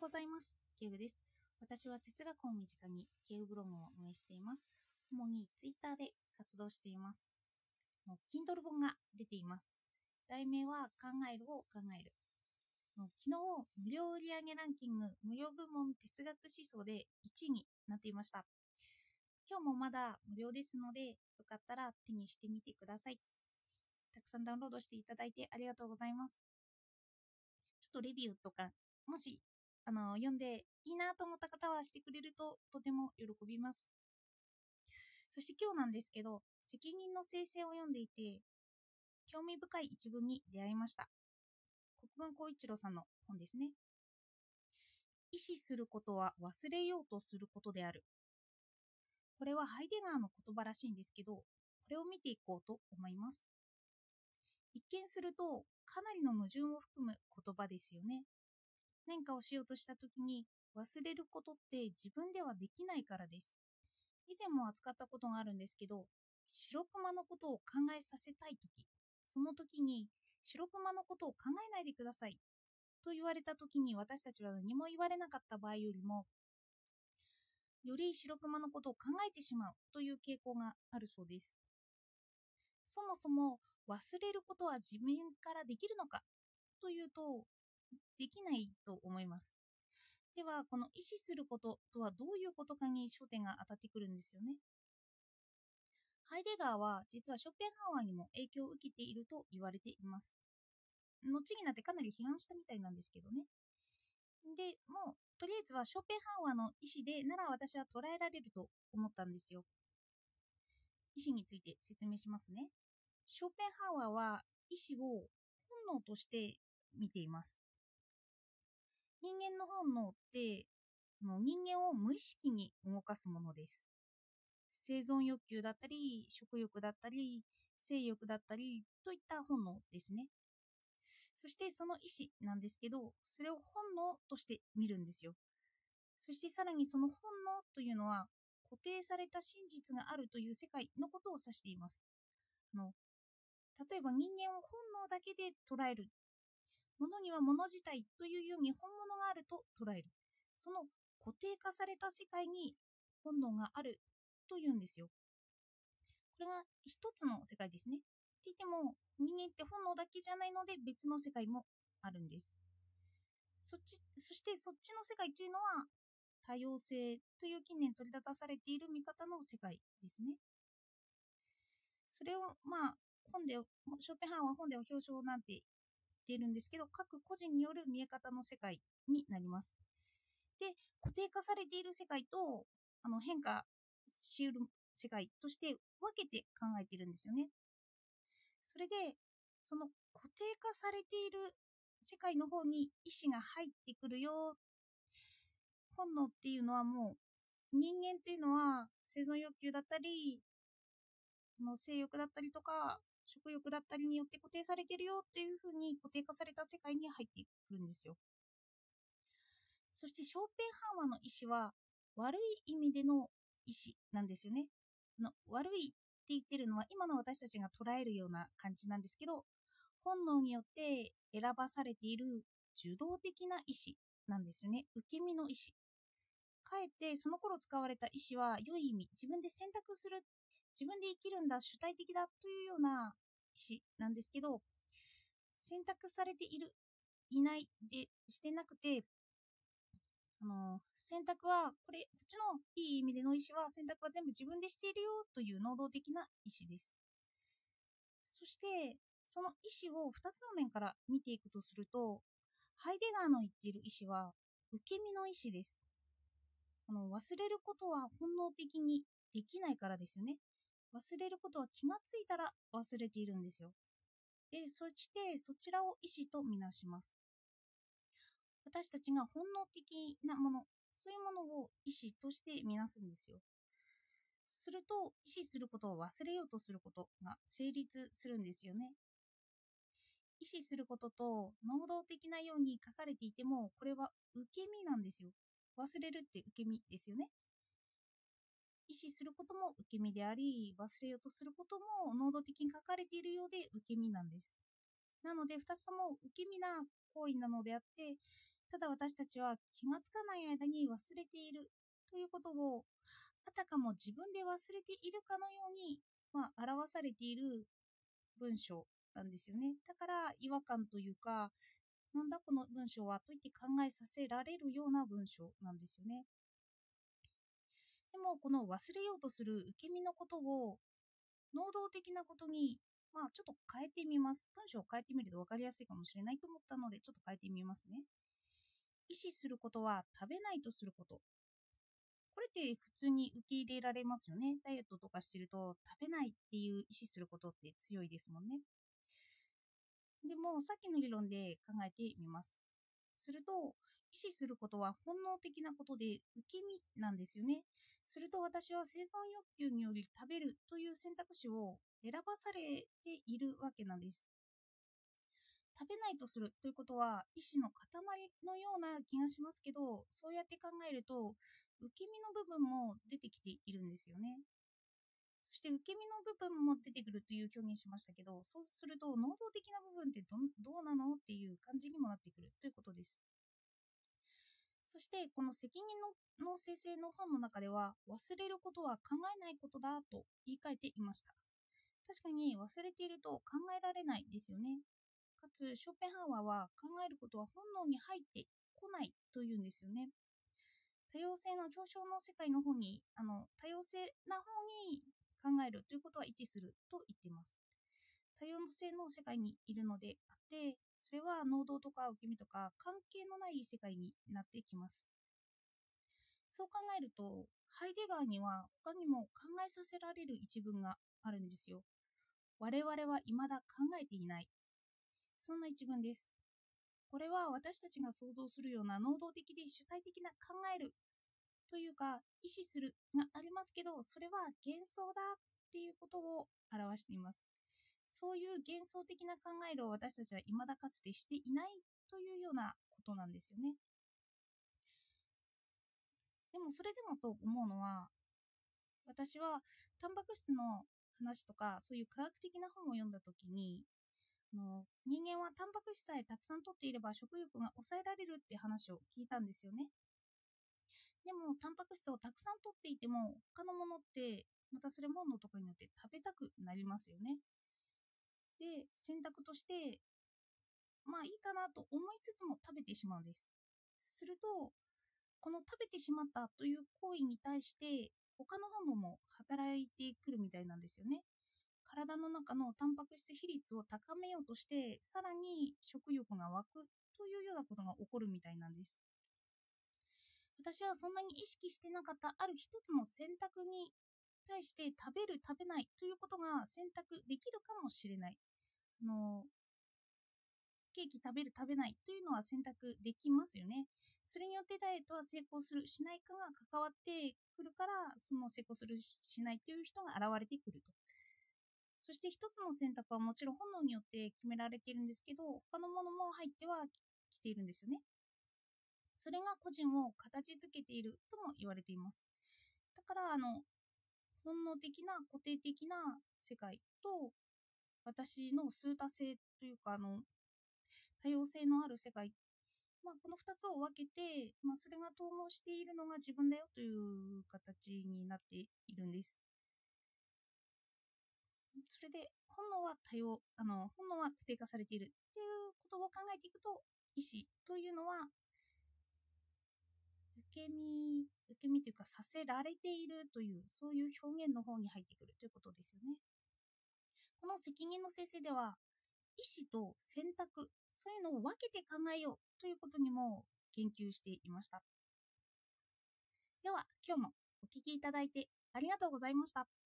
ございます。ケウです。私は哲学を身近にケウブログを運営しています。主にツイッターで活動しています。Kindle 本が出ています。題名は考えるを考える。昨日、無料売上ランキング無料部門哲学思想で1位になっていました。今日もまだ無料ですので、よかったら手にしてみてください。たくさんダウンロードしていただいてありがとうございます。ちょっとレビューとか、もし読んでいいなと思った方はしてくれるととても喜びます。そして今日なんですけど、責任の生成を読んでいて、興味深い一文に出会いました。国分光一郎さんの本ですね。意思することは忘れようとすることである。これはハイデガーの言葉らしいんですけど、これを見ていこうと思います。一見するとかなりの矛盾を含む言葉ですよね。何かをしようとしたときに忘れることって自分ではできないからです。以前も扱ったことがあるんですけど、白クマのことを考えさせたいとき、その時に白クマのことを考えないでくださいと言われた時に私たちは何も言われなかった場合よりも、より白クマのことを考えてしまうという傾向があるそうです。そもそも忘れることは自分からできるのかというと、できないと思います。では、この意思することとはどういうことかに焦点が当たってくるんですよね。ハイデガーは実はショペンハワーにも影響を受けていると言われています。後になってかなり批判したみたいなんですけどね。で、もうとりあえずはショペンハワーの意思でなら私は捉えられると思ったんですよ。意思について説明しますね。ショペンハワーは意思を本能として見ています。人間の本能って人間を無意識に動かすものです。生存欲求だったり、食欲だったり、性欲だったりといった本能ですね。そしてその意思なんですけど、それを本能として見るんですよ。そしてさらにその本能というのは、固定された真実があるという世界のことを指しています。例えば人間を本能だけで捉える。物には物自体というように本物があると捉える。その固定化された世界に本能があるというんですよ。これが一つの世界ですね。って言っても人間って本能だけじゃないので別の世界もあるんです。そしてそっちの世界というのは多様性という近年取り立たされている見方の世界ですね。それをショペンハーは本では表彰なんて言っているんですけど、各個人による見え方の世界になります。で、固定化されている世界と変化しうる世界として分けて考えているんですよね。それで、その固定化されている世界の方に意志が入ってくるよ。本能っていうのはもう人間っていうのは生存欲求だったり、性欲だったりとか食欲だったりによって固定されているよっていうふうに固定化された世界に入ってくるんですよ。そしてショーペンハーワーの意志は悪い意味での意志なんですよね。悪いって言ってるのは今の私たちが捉えるような感じなんですけど、本能によって選ばされている受動的な意志なんですよね。受け身の意志。かえってその頃使われた意志は良い意味、自分で選択する、自分で生きるんだ、主体的だというような意志なんですけど、選択されている、いないでしてなくて、選択はこっちのいい意味での意思は選択は全部自分でしているよという能動的な意思です。そしてその意思を2つの面から見ていくとすると、ハイデガーの言っている意思は受け身の意思です。忘れることは本能的にできないからですよね。忘れることは気がついたら忘れているんですよ。で、そしてそちらを意思とみなします。私たちが本能的なもの、そういうものを意思としてみなすんですよ。すると、意思することを忘れようとすることが成立するんですよね。意思することと能動的なように書かれていても、これは受け身なんですよ。忘れるって受け身ですよね。意思することも受け身であり、忘れようとすることも能動的に書かれているようで受け身なんです。なので、2つとも受け身な行為なのであって、 ただ私たちは気がつかない間に忘れているということを、あたかも自分で忘れているかのように、表されている文章なんですよね。だから違和感というか、なんだこの文章はと言って考えさせられるような文章なんですよね。でもこの忘れようとする受け身のことを能動的なことに、ちょっと変えてみます。文章を変えてみると分かりやすいかもしれないと思ったので、ちょっと変えてみますね。意思することは食べないとすること。これって普通に受け入れられますよね。ダイエットとかしてると食べないっていう意思することって強いですもんね。でもさっきの理論で考えてみます。すると、意思することは本能的なことで受け身なんですよね。すると私は生存欲求により食べるという選択肢を選ばされているわけなんです。食べないとするということは意思の塊のような気がしますけど、そうやって考えると受け身の部分も出てきているんですよね。そして受け身の部分も出てくるという表現しましたけど、そうすると能動的な部分ってどうなのっていう感じにもなってくるということです。そしてこの責任の生成の本の中では、忘れることは考えないことだと言い換えていました。確かに忘れていると考えられないですよね。かつショーペンハワーは考えることは本能に入ってこないというんですよね。多様性の表彰の世界の方に、多様性な方に考えるということは一致すると言っています。多様性の世界にいるのであって、それは能動とか受け身とか関係のない世界になってきます。そう考えると、ハイデガーには他にも考えさせられる一文があるんですよ。我々は未だ考えていない。そんな一文です。これは私たちが想像するような能動的で主体的な考えるというか意思するがありますけど、それは幻想だっていうことを表しています。そういう幻想的な考えを私たちは未だかつてしていないというようなことなんですよね。でもそれでもと思うのは、私はタンパク質の話とかそういう科学的な本を読んだ時に、人間はタンパク質さえたくさん取っていれば食欲が抑えられるって話を聞いたんですよね。でもタンパク質をたくさん取っていても他のものってまたそれ本能とかによって食べたくなりますよね。で選択としていいかなと思いつつも食べてしまうんです。するとこの食べてしまったという行為に対して他の本能も働いてくるみたいなんですよね。体の中のタンパク質比率を高めようとしてさらに食欲が湧くというようなことが起こるみたいなんです。私はそんなに意識してなかったある一つの選択に対して食べる食べないということが選択できるかもしれない。あのケーキ食べる食べないというのは選択できますよね。それによってダイエットは成功するしないかが関わってくるから、その成功するしないという人が現れてくると。そして一つの選択はもちろん本能によって決められているんですけど、他のものも入ってはきているんですよね。それが個人を形づけているとも言われています。だから本能的な固定的な世界と私の数多性というか多様性のある世界、この2つを分けて、それが統合しているのが自分だよという形になっているんです。それで本能は固定化されているっていうことを考えていくと、意思というのは受け身というかさせられているというそういう表現の方に入ってくるということですよね。この責任の生成では意思と選択、そういうのを分けて考えようということにも言及していました。では今日もお聞きいただいてありがとうございました。